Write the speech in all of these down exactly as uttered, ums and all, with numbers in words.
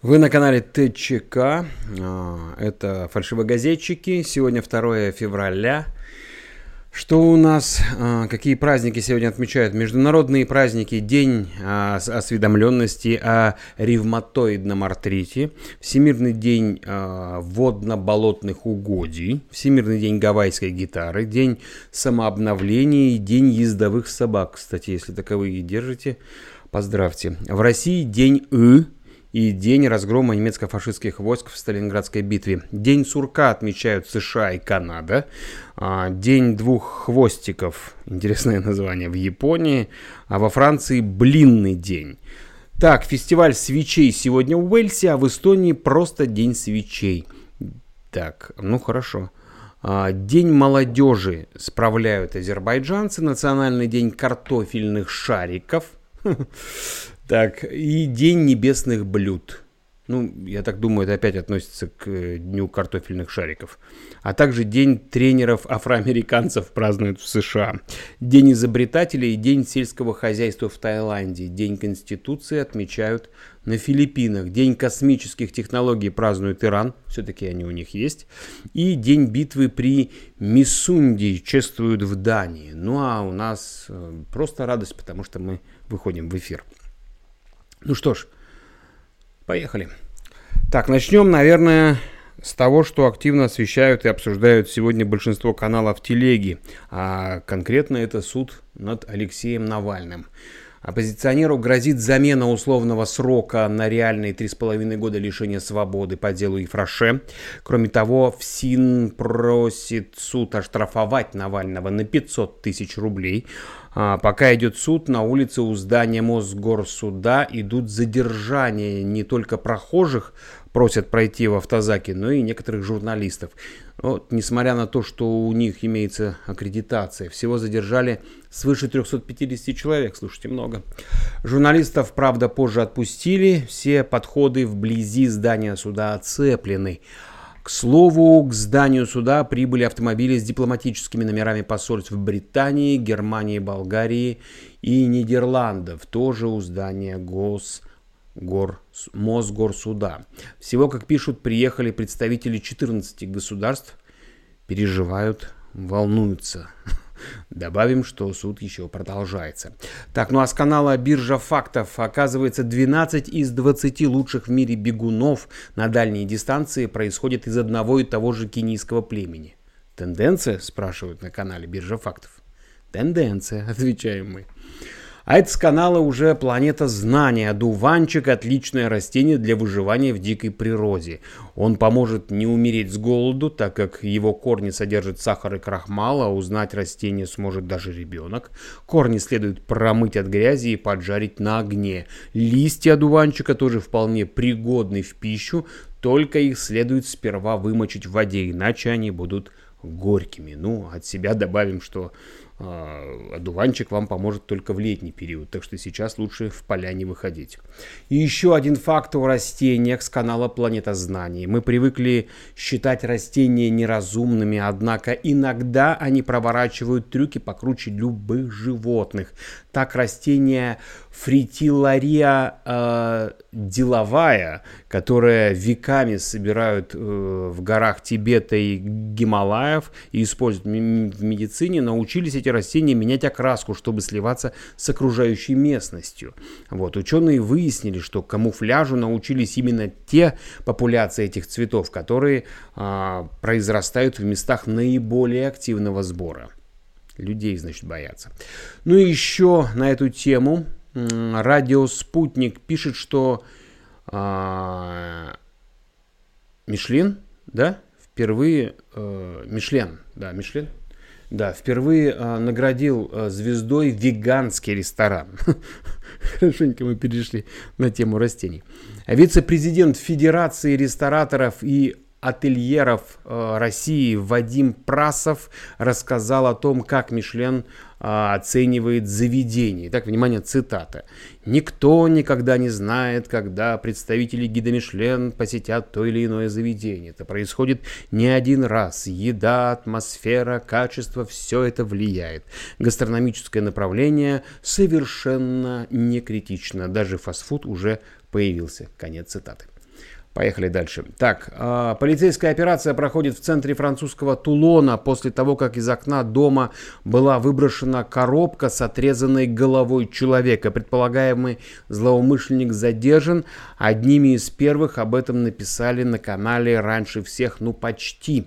Вы на канале ТЧК, это фальшивогазетчики, сегодня второе февраля. Что у нас, какие праздники сегодня отмечают? Международные праздники, День осведомленности о ревматоидном артрите, Всемирный день водно-болотных угодий, Всемирный день гавайской гитары, День самообновления и День ездовых собак. Кстати, если таковые держите, поздравьте. В России День И и День разгрома немецко-фашистских войск в Сталинградской битве. День сурка отмечают США и Канада. День двух хвостиков, интересное название, в Японии. А во Франции блинный день. Так, фестиваль свечей сегодня в Уэльсе, а в Эстонии просто день свечей. Так, ну хорошо. День молодежи справляют азербайджанцы. Национальный день картофельных шариков. Так, и День небесных блюд. Ну, я так думаю, это опять относится к Дню картофельных шариков. А также День тренеров афроамериканцев празднуют в США. День изобретателей и День сельского хозяйства в Таиланде. День Конституции отмечают на Филиппинах. День космических технологий празднует Иран. Все-таки они у них есть. И День битвы при Мисунди чествуют в Дании. Ну, а у нас просто радость, потому что мы выходим в эфир. Ну что ж, поехали. Так, начнем, наверное, с того, что активно освещают и обсуждают сегодня большинство каналов телеги. А конкретно это суд над Алексеем Навальным. Оппозиционеру грозит замена условного срока на реальные три с половиной года лишения свободы по делу Ефраше. Кроме того, ФСИН просит суд оштрафовать Навального на пятьсот тысяч рублей. А пока идет суд, на улице у здания Мосгорсуда идут задержания не только прохожих, просят пройти в автозаке, но и некоторых журналистов. Вот, несмотря на то, что у них имеется аккредитация, всего задержали свыше триста пятьдесят человек, слушайте, много. Журналистов, правда, позже отпустили, все подходы вблизи здания суда оцеплены. К слову, к зданию суда прибыли автомобили с дипломатическими номерами посольств Британии, Германии, Болгарии и Нидерландов, тоже у здания Гос... Гор... Мосгорсуда. Всего, как пишут, приехали представители четырнадцати государств, переживают, волнуются. Добавим, что суд еще продолжается. Так, ну а с канала Биржа фактов, оказывается, двенадцать из двадцати лучших в мире бегунов на дальние дистанции происходят из одного и того же кенийского племени. Тенденция, спрашивают на канале Биржа фактов. Тенденция, отвечаем мы. А это с канала уже Планета Знания. Одуванчик – отличное растение для выживания в дикой природе. Он поможет не умереть с голоду, так как его корни содержат сахар и крахмал, а узнать растение сможет даже ребенок. Корни следует промыть от грязи и поджарить на огне. Листья одуванчика тоже вполне пригодны в пищу, только их следует сперва вымочить в воде, иначе они будут горькими. Ну, от себя добавим, что одуванчик вам поможет только в летний период, так что сейчас лучше в поля не выходить. И еще один факт о растениях с канала Планета Знаний. Мы привыкли считать растения неразумными, однако иногда они проворачивают трюки покруче любых животных. Так растение фритиллария э, деловая, которая веками собирают э, в горах Тибета и Гималаев и используют в медицине, научились эти растения менять окраску, чтобы сливаться с окружающей местностью. Вот. Ученые выяснили, что камуфляжу научились именно те популяции этих цветов, которые э, произрастают в местах наиболее активного сбора. Людей, значит, боятся. Ну и еще на эту тему радио «Спутник» пишет, что э, Мишлен, да, впервые, э, Мишлен, да, Мишлен, да, впервые э, наградил э, звездой веганский ресторан. Хорошенько мы перешли на тему растений. Вице-президент Федерации рестораторов и ательеров э, России Вадим Прасов рассказал о том, как Мишлен э, оценивает заведение. Итак, внимание, цитата. «Никто никогда не знает, когда представители гида Мишлен посетят то или иное заведение. Это происходит не один раз. Еда, атмосфера, качество – все это влияет. Гастрономическое направление совершенно не критично. Даже фастфуд уже появился». Конец цитаты. Поехали дальше. Так, э, полицейская операция проходит в центре французского Тулона после того, как из окна дома была выброшена коробка с отрезанной головой человека. Предполагаемый злоумышленник задержан. Одними из первых об этом написали на канале раньше всех, ну почти.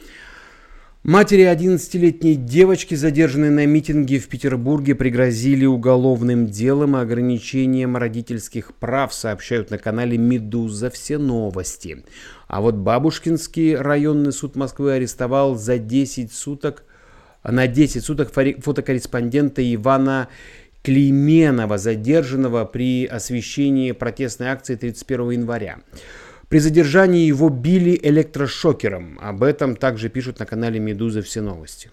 Матери одиннадцатилетней девочки, задержанной на митинге в Петербурге, пригрозили уголовным делом и ограничением родительских прав, сообщают на канале «Медуза» все новости. А вот Бабушкинский районный суд Москвы арестовал за десять суток, на десять суток фотокорреспондента Ивана Клейменова, задержанного при освещении протестной акции тридцать первого января. При задержании его били электрошокером. Об этом также пишут на канале «Медуза» все новости.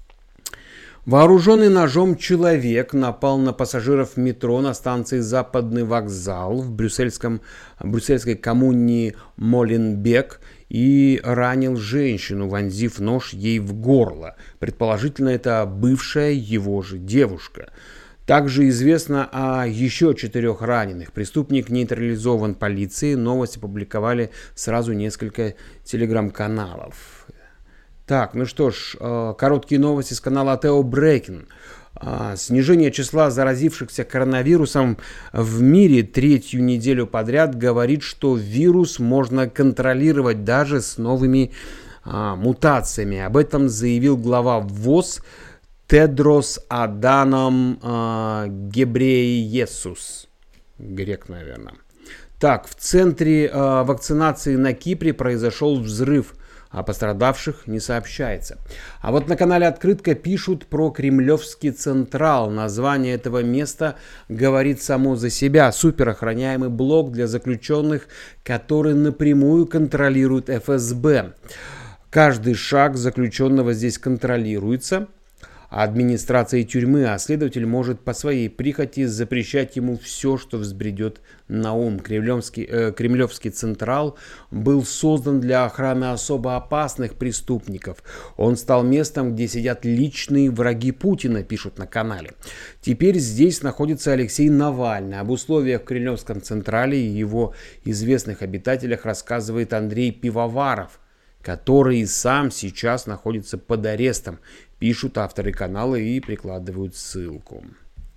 Вооруженный ножом человек напал на пассажиров метро на станции «Западный вокзал» в брюссельском, брюссельской коммуне Моленбек и ранил женщину, вонзив нож ей в горло. Предположительно, это бывшая его же девушка. Также известно о еще четырех раненых. Преступник нейтрализован полицией. Новости публиковали сразу несколько телеграм-каналов. Так, ну что ж, короткие новости с канала Тео Брекин. Снижение числа заразившихся коронавирусом в мире третью неделю подряд говорит, что вирус можно контролировать даже с новыми а, мутациями. Об этом заявил глава ВОЗ Тедрос Аданом э, Гебрейесус. Грек, наверное. Так, в центре э, вакцинации на Кипре произошел взрыв, а пострадавших не сообщается. А вот на канале «Открытка» пишут про Кремлевский Централ. Название этого места говорит само за себя. Суперохраняемый блок для заключенных, который напрямую контролирует эф эс бэ. Каждый шаг заключенного здесь контролируется администрации тюрьмы, а следователь может по своей прихоти запрещать ему все, что взбредет на ум. Кремлевский, э, Кремлевский Централ был создан для охраны особо опасных преступников. Он стал местом, где сидят личные враги Путина, пишут на канале. Теперь здесь находится Алексей Навальный. Об условиях в Кремлевском Централе и его известных обитателях рассказывает Андрей Пивоваров, который сам сейчас находится под арестом, пишут авторы канала и прикладывают ссылку.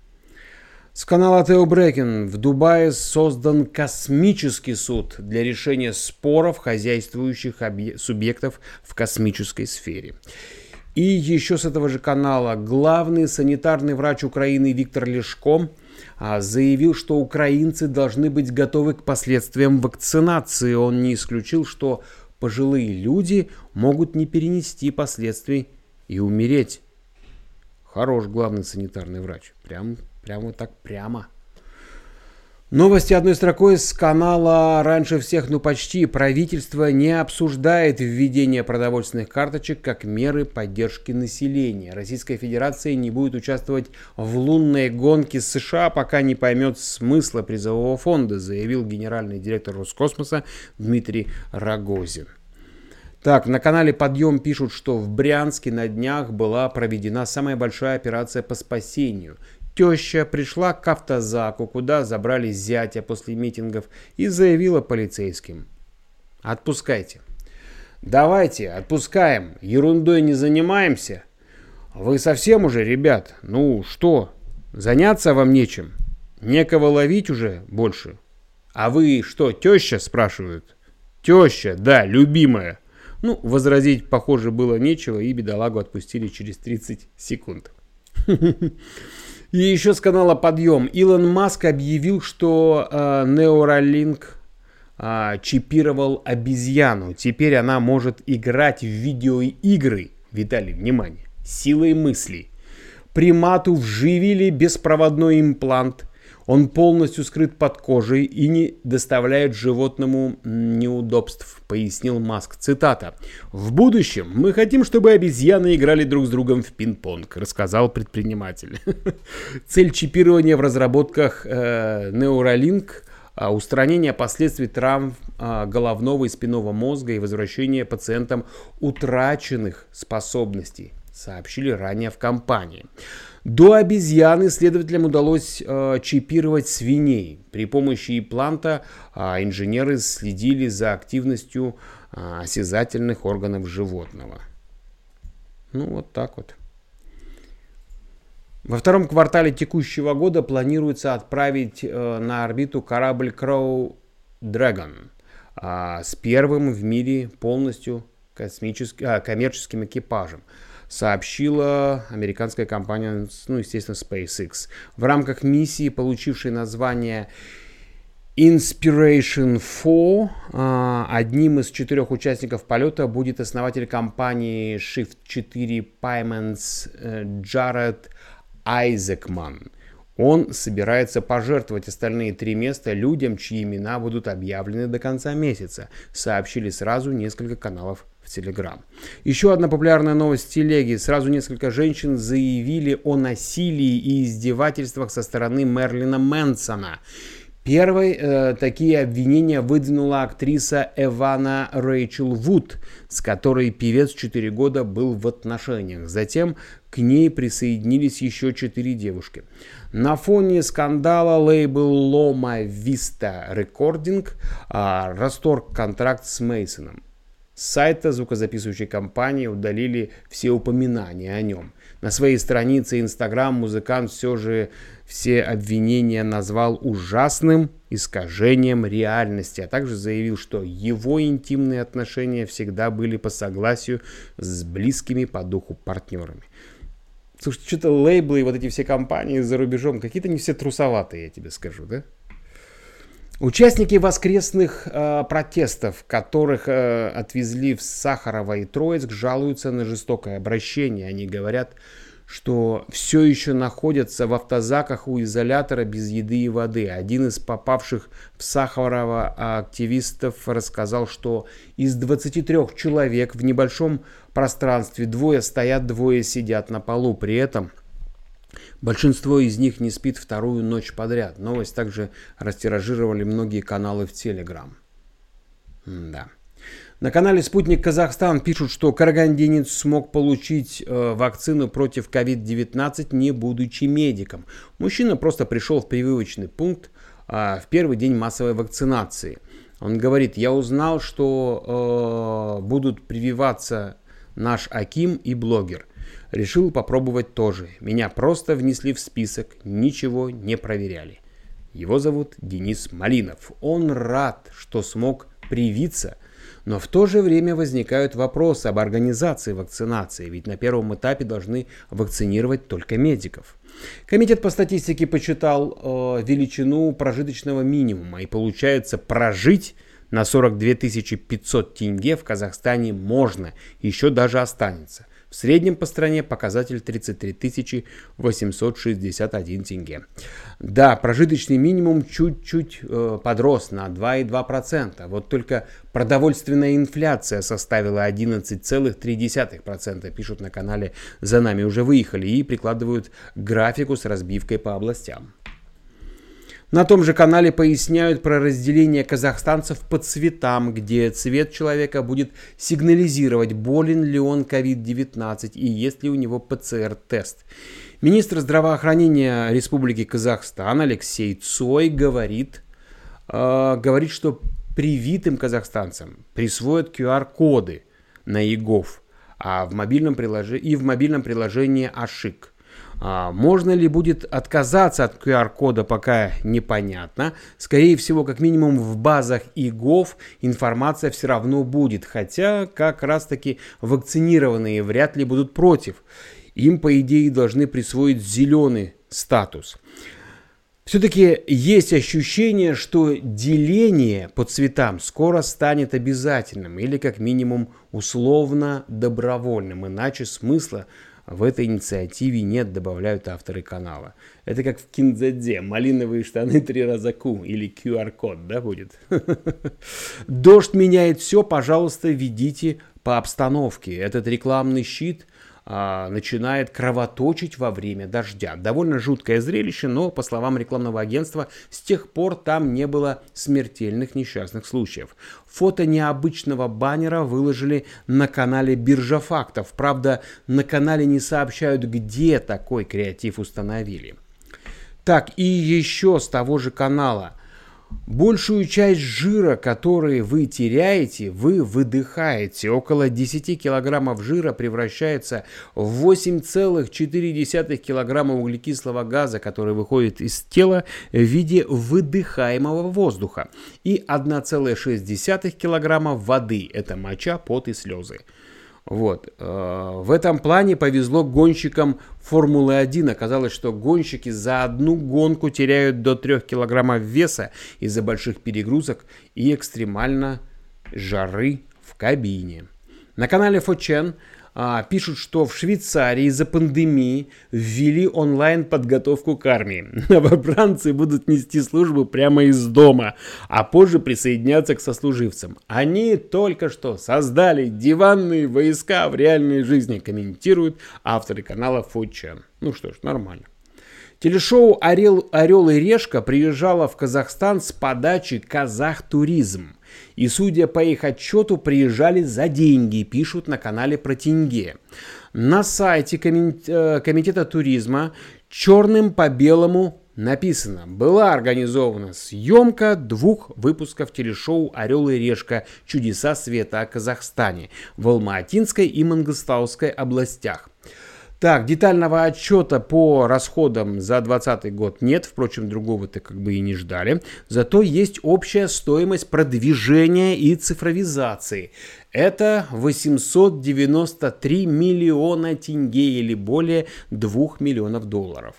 С канала Тео Брекин. В Дубае создан космический суд для решения споров хозяйствующих объ... субъектов в космической сфере. И еще с этого же канала главный санитарный врач Украины Виктор Лешко заявил, что украинцы должны быть готовы к последствиям вакцинации. Он не исключил, что пожилые люди могут не перенести последствий и умереть. Хорош главный санитарный врач. Прям, прямо так прямо. Новости одной строкой с канала «Раньше всех, ну почти». Правительство не обсуждает введение продовольственных карточек как меры поддержки населения. Российская Федерация не будет участвовать в лунной гонке с США, пока не поймет смысла призового фонда, заявил генеральный директор Роскосмоса Дмитрий Рогозин. Так, на канале «Подъем» пишут, что в Брянске на днях была проведена самая большая операция по спасению. Теща пришла к автозаку, куда забрали зятя после митингов, и заявила полицейским: «Отпускайте». «Давайте, отпускаем, ерундой не занимаемся». «Вы совсем уже, ребят? Ну что, заняться вам нечем? Некого ловить уже больше?» «А вы что, теща?» спрашивают. «Теща, да, любимая». Ну, возразить, похоже, было нечего, и бедолагу отпустили через тридцать секунд. И еще с канала «Подъем». Илон Маск объявил, что э, Neuralink э, чипировал обезьяну. Теперь она может играть в видеоигры. Виталий, внимание. Силой мысли. Примату вживили беспроводной имплант. Он полностью скрыт под кожей и не доставляет животному неудобств, пояснил Маск. Цитата. «В будущем мы хотим, чтобы обезьяны играли друг с другом в пинг-понг», рассказал предприниматель. Цель чипирования в разработках э, Neuralink – устранение последствий травм э, головного и спинного мозга и возвращение пациентам утраченных способностей, сообщили ранее в компании. До обезьян исследователям удалось э, чипировать свиней. При помощи импланта э, инженеры следили за активностью э, осязательных органов животного. Ну, вот так вот. Во втором квартале текущего года планируется отправить э, на орбиту корабль Crew Dragon э, с первым в мире полностью космическим, э, коммерческим экипажем, сообщила американская компания, ну, естественно, SpaceX. В рамках миссии, получившей название Inspiration четыре, одним из четырех участников полета будет основатель компании Shift четыре Payments Джаред Айзекман. Он собирается пожертвовать остальные три места людям, чьи имена будут объявлены до конца месяца, сообщили сразу несколько каналов в Telegram. Еще одна популярная новость в телеге. Сразу несколько женщин заявили о насилии и издевательствах со стороны Мерлина Мэнсона. Первой э, такие обвинения выдвинула актриса Эвана Рэйчел Вуд, с которой певец четыре года был в отношениях. Затем к ней присоединились еще четыре девушки. На фоне скандала лейбл Loma Vista Recording э, расторг контракт с Мейсоном. С сайта звукозаписывающей компании удалили все упоминания о нем. На своей странице Instagram музыкант все же все обвинения назвал ужасным искажением реальности, а также заявил, что его интимные отношения всегда были по согласию с близкими по духу партнерами. Слушай, что-то лейблы и вот эти все компании за рубежом, какие-то не все трусоватые, я тебе скажу, да? Участники воскресных э, протестов, которых э, отвезли в Сахарово и Троицк, жалуются на жестокое обращение. Они говорят, что все еще находятся в автозаках у изолятора без еды и воды. Один из попавших в Сахарово активистов рассказал, что из двадцати трёх человек в небольшом пространстве двое стоят, двое сидят на полу. При этом большинство из них не спит вторую ночь подряд. Новость также растиражировали многие каналы в Telegram. Да. На канале «Спутник Казахстан» пишут, что карагандинец смог получить э, вакцину против ковид девятнадцать, не будучи медиком. Мужчина просто пришел в прививочный пункт э, в первый день массовой вакцинации. Он говорит: я узнал, что э, будут прививаться наш Аким и блогер. Решил попробовать тоже. Меня просто внесли в список, ничего не проверяли. Его зовут Денис Малинов. Он рад, что смог привиться, но в то же время возникают вопросы об организации вакцинации, ведь на первом этапе должны вакцинировать только медиков. Комитет по статистике посчитал э, величину прожиточного минимума, и получается, прожить на сорок две тысячи пятьсот тенге в Казахстане можно, еще даже останется. В среднем по стране показатель тридцать три тысячи восемьсот шестьдесят один тенге. Да, прожиточный минимум чуть-чуть э, подрос на два и две десятых процента. Вот только продовольственная инфляция составила одиннадцать целых три десятых процента, пишут на канале «За нами уже выехали» и прикладывают графику с разбивкой по областям. На том же канале поясняют про разделение казахстанцев по цветам, где цвет человека будет сигнализировать, болен ли он ковид девятнадцать и есть ли у него пэ цэ эр-тест. Министр здравоохранения Республики Казахстан Алексей Цой говорит, э, говорит, что привитым казахстанцам присвоят ку ар-коды на ЕГОВ, а в мобильном прилож... и в мобильном приложении Ашик. А можно ли будет отказаться от ку ар-кода, пока непонятно. Скорее всего, как минимум в базах ИГОВ информация все равно будет. Хотя как раз таки вакцинированные вряд ли будут против. Им, по идее, должны присвоить зеленый статус. Все-таки есть ощущение, что деление по цветам скоро станет обязательным или как минимум условно добровольным. Иначе смысла в этой инициативе нет, добавляют авторы канала. Это как в Киндзадзе. Малиновые штаны три раза ку или ку ар-код, да, будет? Дождь меняет все, пожалуйста, ведите по обстановке. Этот рекламный щит а, начинает кровоточить во время дождя. Довольно жуткое зрелище, но, по словам рекламного агентства, с тех пор там не было смертельных несчастных случаев. Фото необычного баннера выложили на канале Биржа фактов. Правда, на канале не сообщают, где такой креатив установили. Так, и еще с того же канала. Большую часть жира, который вы теряете, вы выдыхаете. Около десять килограммов жира превращается в восемь целых четыре десятых килограмма углекислого газа, который выходит из тела в виде выдыхаемого воздуха. И одна целая шесть десятых килограмма воды. Это моча, пот и слезы. Вот. В этом плане повезло гонщикам Формулы один. Оказалось, что гонщики за одну гонку теряют до трёх килограммов веса из-за больших перегрузок и экстремально жары в кабине. На канале Фочен а, пишут, что в Швейцарии из-за пандемии ввели онлайн-подготовку к армии. Новобранцы будут нести службу прямо из дома, а позже присоединяться к сослуживцам. Они только что создали диванные войска в реальной жизни, комментируют авторы канала Фочен. Ну что ж, нормально. Телешоу «Орел, «Орел и Решка» приезжало в Казахстан с подачи «Казахтуризм». И, судя по их отчету, приезжали за деньги, пишут на канале про тенге. На сайте Комитета туризма черным по белому написано: была организована съемка двух выпусков телешоу «Орел и Решка. Чудеса света о Казахстане» в Алма-Атинской и Мангыстауской областях. Так, детального отчета по расходам за двадцатый год нет, впрочем, другого-то как бы и не ждали. Зато есть общая стоимость продвижения и цифровизации. Это восемьсот девяносто три миллиона тенге или более двух миллионов долларов.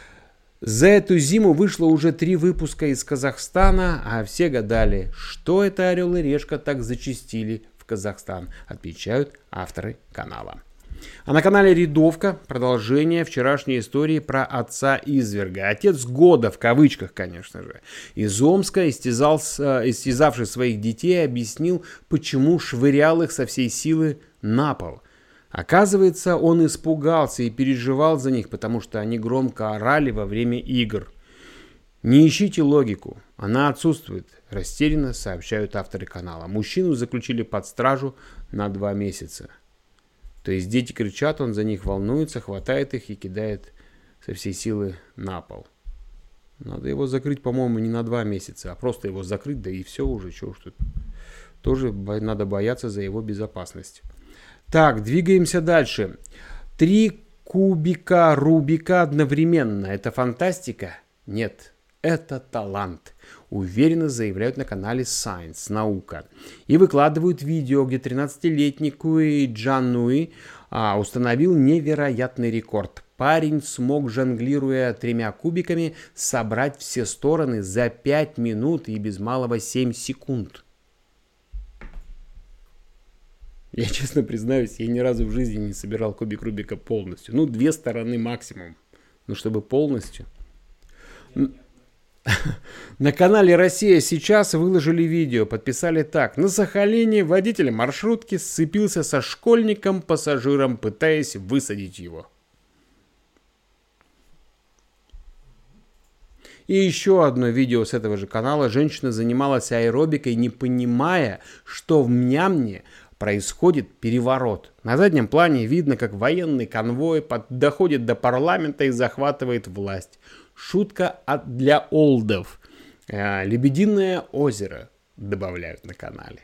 За эту зиму вышло уже три выпуска из Казахстана, а все гадали, что это «Орел и Решка» так зачастили в Казахстан, отвечают авторы канала. А на канале «Рядовка» продолжение вчерашней истории про отца-изверга. Отец года, в кавычках, конечно же, из Омска, истязал, истязавший своих детей, объяснил, почему швырял их со всей силы на пол. Оказывается, он испугался и переживал за них, потому что они громко орали во время игр. Не ищите логику, она отсутствует, растерянно сообщают авторы канала. Мужчину заключили под стражу на два месяца. То есть дети кричат, он за них волнуется, хватает их и кидает со всей силы на пол. Надо его закрыть, по-моему, не на два месяца, а просто его закрыть, да и все уже, что уж тут. Тоже надо бояться за его безопасность. Так, двигаемся дальше. Три кубика Рубика одновременно. Это фантастика? Нет, это талант. Уверенно заявляют на канале Science, наука. И выкладывают видео, где тринадцатилетний Куи Джан Нуи а, установил невероятный рекорд. Парень смог, жонглируя тремя кубиками, собрать все стороны за пять минут и без малого семь секунд. Я честно признаюсь, я ни разу в жизни не собирал кубик Рубика полностью. Ну, две стороны максимум. Но чтобы полностью... На канале «Россия сейчас» выложили видео, подписали так: на Сахалине водитель маршрутки сцепился со школьником-пассажиром, пытаясь высадить его. И еще одно видео с этого же канала. Женщина занималась аэробикой, не понимая, что в Мьянме происходит переворот. На заднем плане видно, как военный конвой под... доходит до парламента и захватывает власть. Шутка от... для олдов. Э, Лебединое озеро добавляют на канале.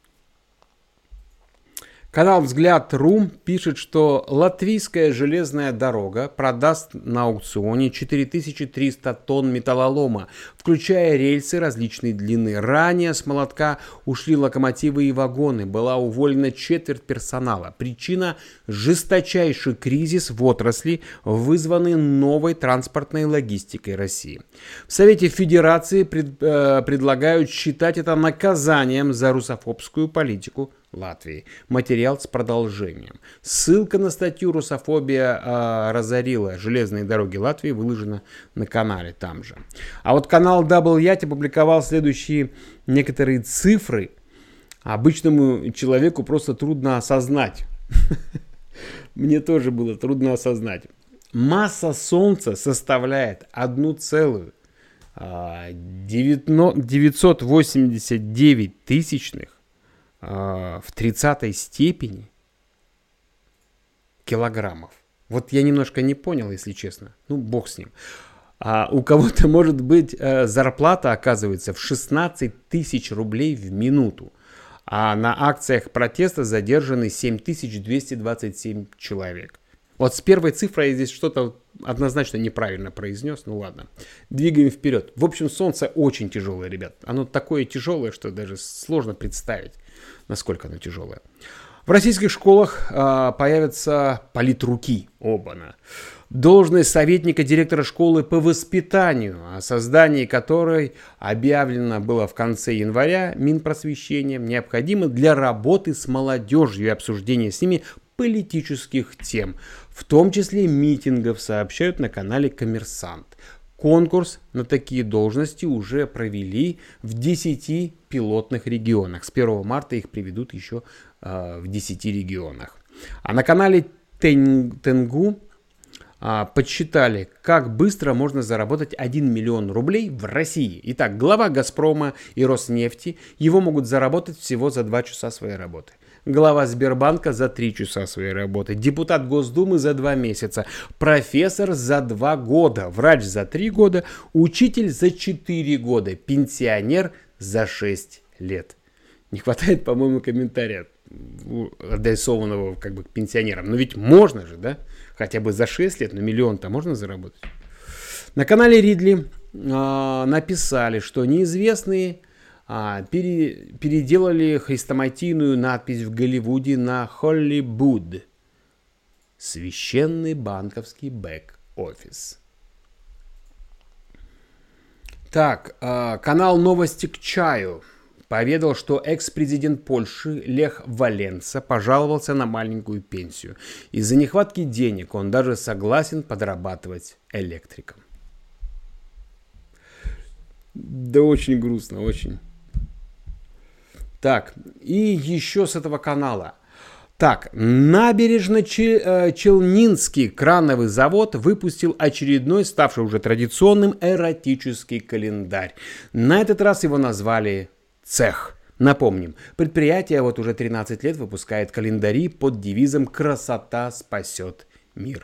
Канал «Взгляд.ру» пишет, что латвийская железная дорога продаст на аукционе четыре тысячи триста тонн металлолома, включая рельсы различной длины. Ранее с молотка ушли локомотивы и вагоны. Была уволена четверть персонала. Причина – жесточайший кризис в отрасли, вызванный новой транспортной логистикой России. В Совете Федерации пред, э, предлагают считать это наказанием за русофобскую политику Латвии. Материал с продолжением. Ссылка на статью «Русофобия э, разорила железные дороги Латвии» выложена на канале там же. А вот канал Дабл Ять опубликовал следующие некоторые цифры. Обычному человеку просто трудно осознать. Мне тоже было трудно осознать. Масса Солнца составляет одну целую девятьсот восемьдесят девять тысячных в тридцатой степени килограммов. Вот я немножко не понял, если честно. Ну, бог с ним. А у кого-то может быть зарплата, оказывается, в шестнадцать тысяч рублей в минуту. А на акциях протеста задержаны семь тысяч двести двадцать семь человек. Вот с первой цифрой я здесь что-то однозначно неправильно произнес. Ну ладно, двигаем вперед. В общем, Солнце очень тяжелое, ребят. Оно такое тяжелое, что даже сложно представить, насколько оно тяжелое. В российских школах а, появятся политруки. Оба-на. Должность советника директора школы по воспитанию, о создании которой объявлено было в конце января Минпросвещением, необходимо для работы с молодежью и обсуждения с ними политических тем, в том числе митингов, сообщают на канале «Коммерсант». Конкурс на такие должности уже провели в десяти пилотных регионах. С первого марта их приведут еще э, в десяти регионах. А на канале Тенгу э, подсчитали, как быстро можно заработать один миллион рублей в России. Итак, глава «Газпрома» и «Роснефти» его могут заработать всего за два часа своей работы. Глава Сбербанка за три часа своей работы, депутат Госдумы за два месяца, профессор за два года, врач за три года, учитель за четыре года, пенсионер за шесть лет. Не хватает, по-моему, комментария, адресованного как бы к пенсионерам. Но ведь можно же, да? Хотя бы за шесть лет, но миллион-то можно заработать. На канале Ридли э, написали, что неизвестные А, пере, переделали хрестоматийную надпись в Голливуде на Холливуд. Священный банковский бэк-офис. Так, а, канал «Новости к чаю» поведал, что экс-президент Польши Лех Валенса пожаловался на маленькую пенсию. Из-за нехватки денег он даже согласен подрабатывать электриком. Да очень грустно, очень. Так, и еще с этого канала. Так, Набережно-Челнинский крановый завод выпустил очередной, ставший уже традиционным, эротический календарь. На этот раз его назвали «Цех». Напомним, предприятие вот уже тринадцать лет выпускает календари под девизом «Красота спасет мир».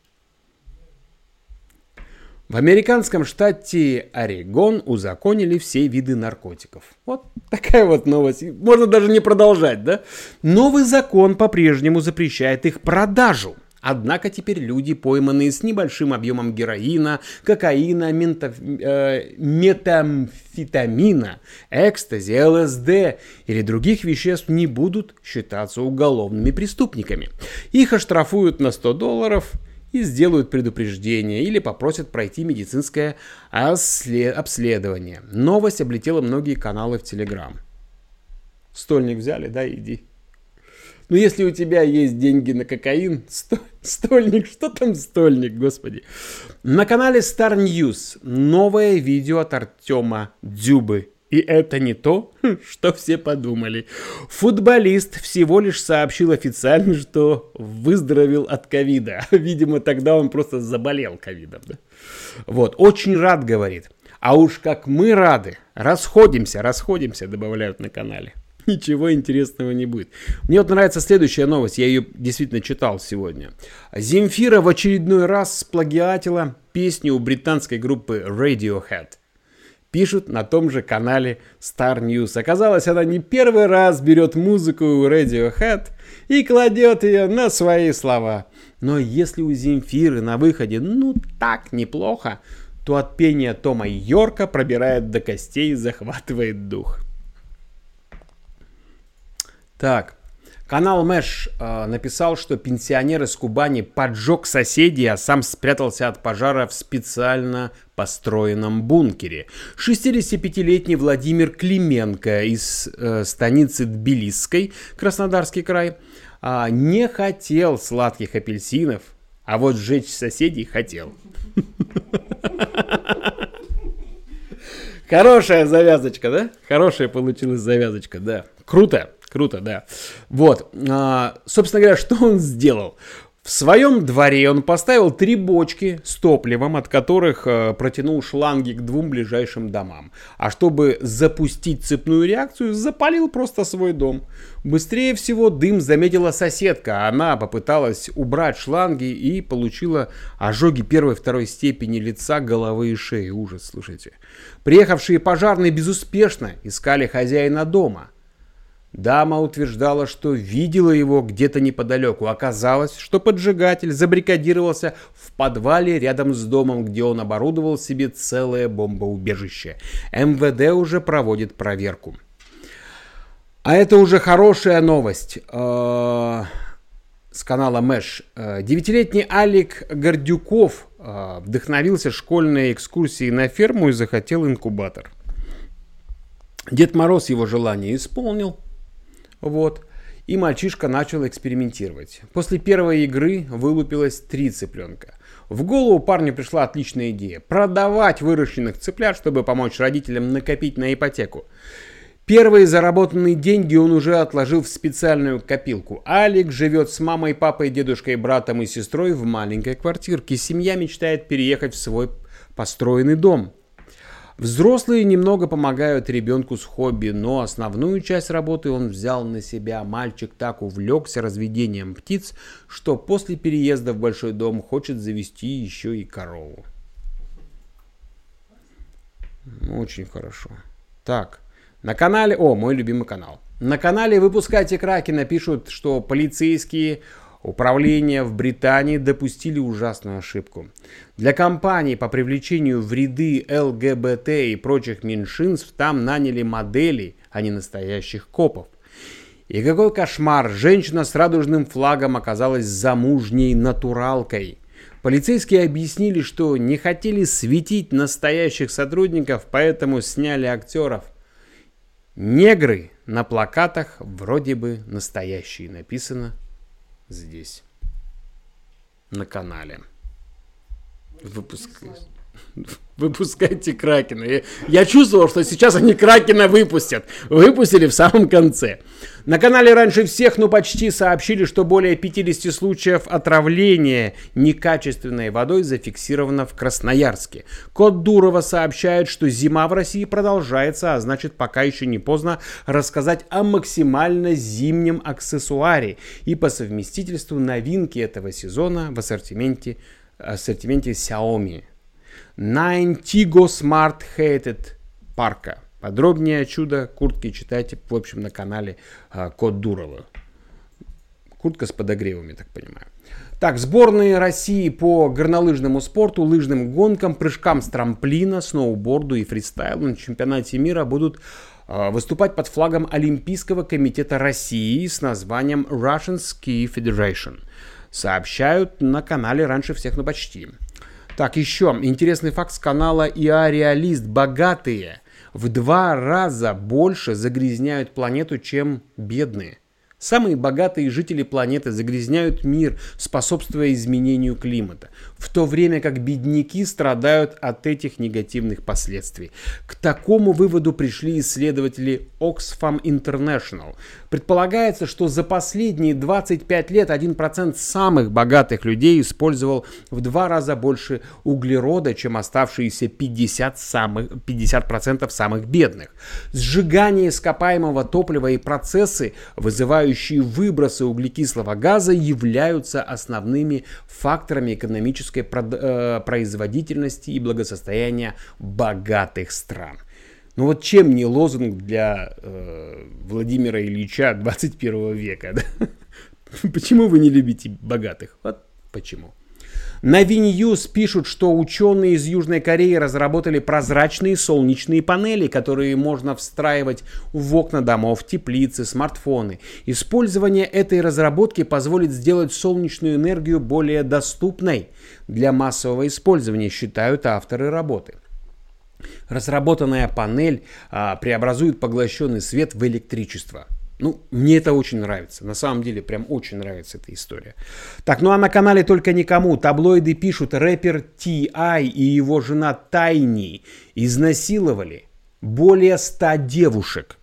В американском штате Орегон узаконили все виды наркотиков. Вот такая вот новость. Можно даже не продолжать, да? Новый закон по-прежнему запрещает их продажу. Однако теперь люди, пойманные с небольшим объемом героина, кокаина, ментов... э, метамфетамина, экстази, ЛСД или других веществ, не будут считаться уголовными преступниками. Их оштрафуют на сто долларов и сделают предупреждение или попросят пройти медицинское обследование. Новость облетела многие каналы в Телеграм. Стольник взяли, да, иди. Ну, если у тебя есть деньги на кокаин, сто, стольник, что там стольник, господи. На канале Star News новое видео от Артема Дзюбы. И это не то, что все подумали. Футболист всего лишь сообщил официально, что выздоровел от ковида. Видимо, тогда он просто заболел ковидом. Да? Вот, очень рад, говорит. А уж как мы рады. Расходимся, расходимся, добавляют на канале. Ничего интересного не будет. Мне вот нравится следующая новость. Я ее действительно читал сегодня. Земфира в очередной раз сплагиатила песню у британской группы Radiohead. Пишут на том же канале Star News. Оказалось, она не первый раз берет музыку у Radiohead и кладет ее на свои слова. Но если у Земфиры на выходе ну так неплохо, то от пения Тома Йорка пробирает до костей и захватывает дух. Так, канал Мэш э, написал, что пенсионер из Кубани поджег соседей, а сам спрятался от пожара в специально построенном бункере. шестидесятипятилетний Владимир Клименко из э, станицы Тбилисской, Краснодарский край, э, не хотел сладких апельсинов, а вот сжечь соседей хотел. Хорошая завязочка, да? Хорошая получилась завязочка, да. Круто. Круто, да. Вот, а, собственно говоря, что он сделал? В своем дворе он поставил три бочки с топливом, от которых э, протянул шланги к двум ближайшим домам. А чтобы запустить цепную реакцию, запалил просто свой дом. Быстрее всего дым заметила соседка. Она попыталась убрать шланги и получила ожоги первой и второй степени лица, головы и шеи. Ужас, слушайте. Приехавшие пожарные безуспешно искали хозяина дома. Дама утверждала, что видела его где-то неподалеку. Оказалось, что поджигатель забаррикадировался в подвале рядом с домом, где он оборудовал себе целое бомбоубежище. эм вэ дэ уже проводит проверку. А это уже хорошая новость. С канала Мэш. Девятилетний Алик Гордюков вдохновился школьной экскурсией на ферму и захотел инкубатор. Дед Мороз его желание исполнил. Вот. И мальчишка начал экспериментировать. После первой игры вылупилось три цыпленка. В голову парню пришла отличная идея. Продавать выращенных цыплят, чтобы помочь родителям накопить на ипотеку. Первые заработанные деньги он уже отложил в специальную копилку. Алик живет с мамой, папой, дедушкой, братом и сестрой в маленькой квартирке. Семья мечтает переехать в свой построенный дом. Взрослые немного помогают ребенку с хобби, но основную часть работы он взял на себя. Мальчик так увлекся разведением птиц, что после переезда в большой дом хочет завести еще и корову. Очень хорошо. Так, на канале... О, мой любимый канал. На канале «Выпускайте Кракена» пишут, что полицейские... Управления в Британии допустили ужасную ошибку. Для кампании по привлечению в ряды эл гэ бэ тэ и прочих меньшинств там наняли моделей, а не настоящих копов. И какой кошмар! Женщина с радужным флагом оказалась замужней натуралкой. Полицейские объяснили, что не хотели светить настоящих сотрудников, поэтому сняли актеров. Негры на плакатах вроде бы настоящие, написано здесь, на канале. Выпуск... Выпускайте Кракена. Я, я чувствовал, что сейчас они Кракена выпустят. Выпустили в самом конце. На канале раньше всех, ну почти, сообщили, что более пятьдесят случаев отравления некачественной водой зафиксировано в Красноярске. Кот Дурова сообщает, что зима в России продолжается, а значит пока еще не поздно рассказать о максимально зимнем аксессуаре и по совместительству новинки этого сезона в ассортименте, ассортименте Xiaomi. Ninetego Smart Heated Parka. Подробнее о чудо куртки читайте, в общем, на канале а, Кот Дурова. Куртка с подогревом, я так понимаю. Так, сборные России по горнолыжному спорту, лыжным гонкам, прыжкам с трамплина, сноуборду и фристайлу на чемпионате мира будут а, выступать под флагом Олимпийского комитета России с названием Russian Ski Federation. Сообщают на канале раньше всех, но почти. Так, еще интересный факт с канала и а Реалист. Богатые в два раза больше загрязняют планету, чем бедные. Самые богатые жители планеты загрязняют мир, способствуя изменению климата, в то время как бедняки страдают от этих негативных последствий. К такому выводу пришли исследователи Oxfam International. Предполагается, что за последние двадцать пять лет один процент самых богатых людей использовал в два раза больше углерода, чем оставшиеся пятьдесят процентов самых бедных. Сжигание ископаемого топлива и процессы, вызывающие выбросы углекислого газа, являются основными факторами экономической производительности и благосостояния богатых стран. Ну вот чем не лозунг для э, Владимира Ильича двадцать первого века? Да? Почему вы не любите богатых? Вот почему. На Виньюз пишут, что ученые из Южной Кореи разработали прозрачные солнечные панели, которые можно встраивать в окна домов, теплицы, смартфоны. Использование этой разработки позволит сделать солнечную энергию более доступной для массового использования, считают авторы работы. Разработанная панель а, преобразует поглощенный свет в электричество. Ну, мне это очень нравится. На самом деле, прям очень нравится эта история. Так, ну а на канале только никому. Таблоиды пишут, рэпер Ти Ай и его жена Тайни изнасиловали более ста девушек.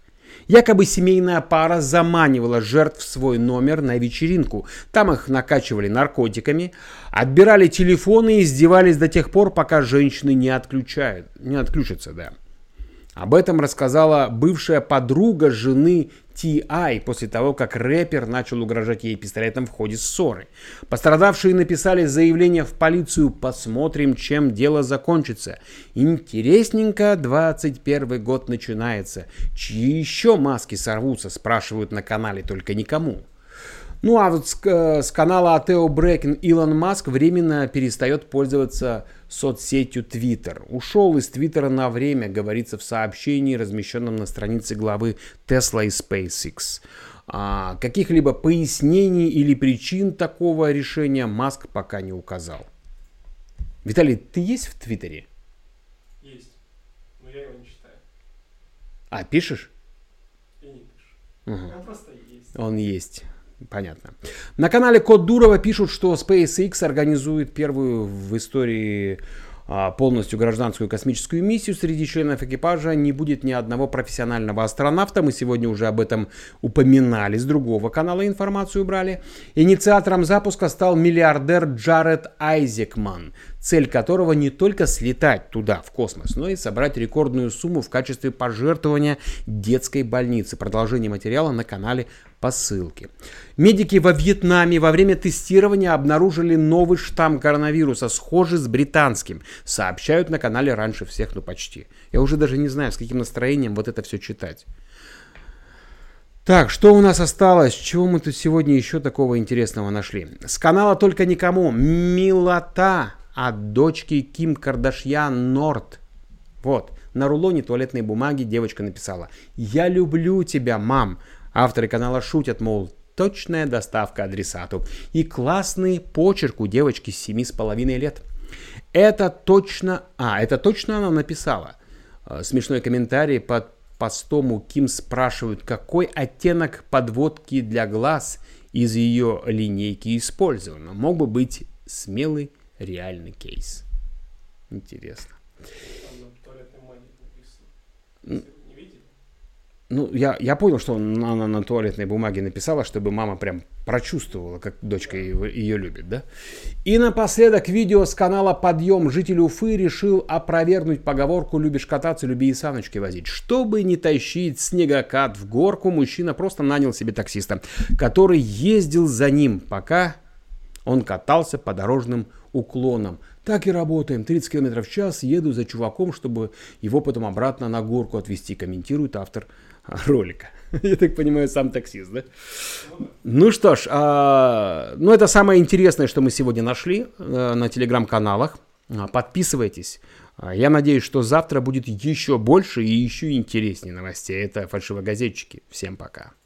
Якобы семейная пара заманивала жертв в свой номер на вечеринку. Там их накачивали наркотиками, отбирали телефоны и издевались до тех пор, пока женщины не отключают, не отключатся, да. Об этом рассказала бывшая подруга жены Ти Ай после того, как рэпер начал угрожать ей пистолетом в ходе ссоры. Пострадавшие написали заявление в полицию. Посмотрим, чем дело закончится. Интересненько, двадцать первый год начинается. Чьи еще маски сорвутся, спрашивают на канале, только никому. Ну а вот с, с канала Атео Брекин Илон Маск временно перестает пользоваться соцсетью Twitter. Ушел из Твиттера на время, говорится в сообщении, размещенном на странице главы Tesla и SpaceX. А, каких-либо пояснений или причин такого решения Маск пока не указал. Виталий, ты есть в Твиттере? Есть, но я его не читаю. А, пишешь? Я не пишу. Угу. Он просто есть. Он есть. Понятно. На канале Код Дурова пишут, что SpaceX организует первую в истории а, полностью гражданскую космическую миссию. Среди членов экипажа не будет ни одного профессионального астронавта. Мы сегодня уже об этом упоминали. С другого канала информацию брали. Инициатором запуска стал миллиардер Джаред Айзекман, цель которого не только слетать туда, в космос, но и собрать рекордную сумму в качестве пожертвования детской больницы. Продолжение материала на канале по ссылке. Медики во Вьетнаме во время тестирования обнаружили новый штамм коронавируса, схожий с британским. Сообщают на канале раньше всех, ну почти. Я уже даже не знаю, с каким настроением вот это все читать. Так, что у нас осталось? Чего мы тут сегодня еще такого интересного нашли? С канала «Только никому» милота от дочки Ким Кардашьян Норт. Вот, на рулоне туалетной бумаги девочка написала: «Я люблю тебя, мам». Авторы канала шутят, мол, точная доставка адресату. И классный почерк у девочки с семи с половиной лет. Это точно... А, это точно она написала. Смешной комментарий под постом у Ким спрашивают, какой оттенок подводки для глаз из ее линейки использован. Мог бы быть смелый реальный кейс. Интересно. Там на туалетной бумаге написано. Не видели? Ну, я, я понял, что она на туалетной бумаге написала, чтобы мама прям прочувствовала, как дочка ее, ее любит, да? И напоследок видео с канала «Подъем». Житель Уфы решил опровергнуть поговорку «любишь кататься, люби и саночки возить». Чтобы не тащить снегокат в горку, мужчина просто нанял себе таксиста, который ездил за ним, пока он катался по дорожным уклонам. Так и работаем. тридцать километров в час еду за чуваком, чтобы его потом обратно на горку отвезти, комментирует автор ролика. Я так понимаю, сам таксист, да? Ну что ж, а, ну это самое интересное, что мы сегодня нашли а, на телеграм-каналах. А, подписывайтесь. А, я надеюсь, что завтра будет еще больше и еще интереснее новостей. Это фальшивогазетчики. Всем пока.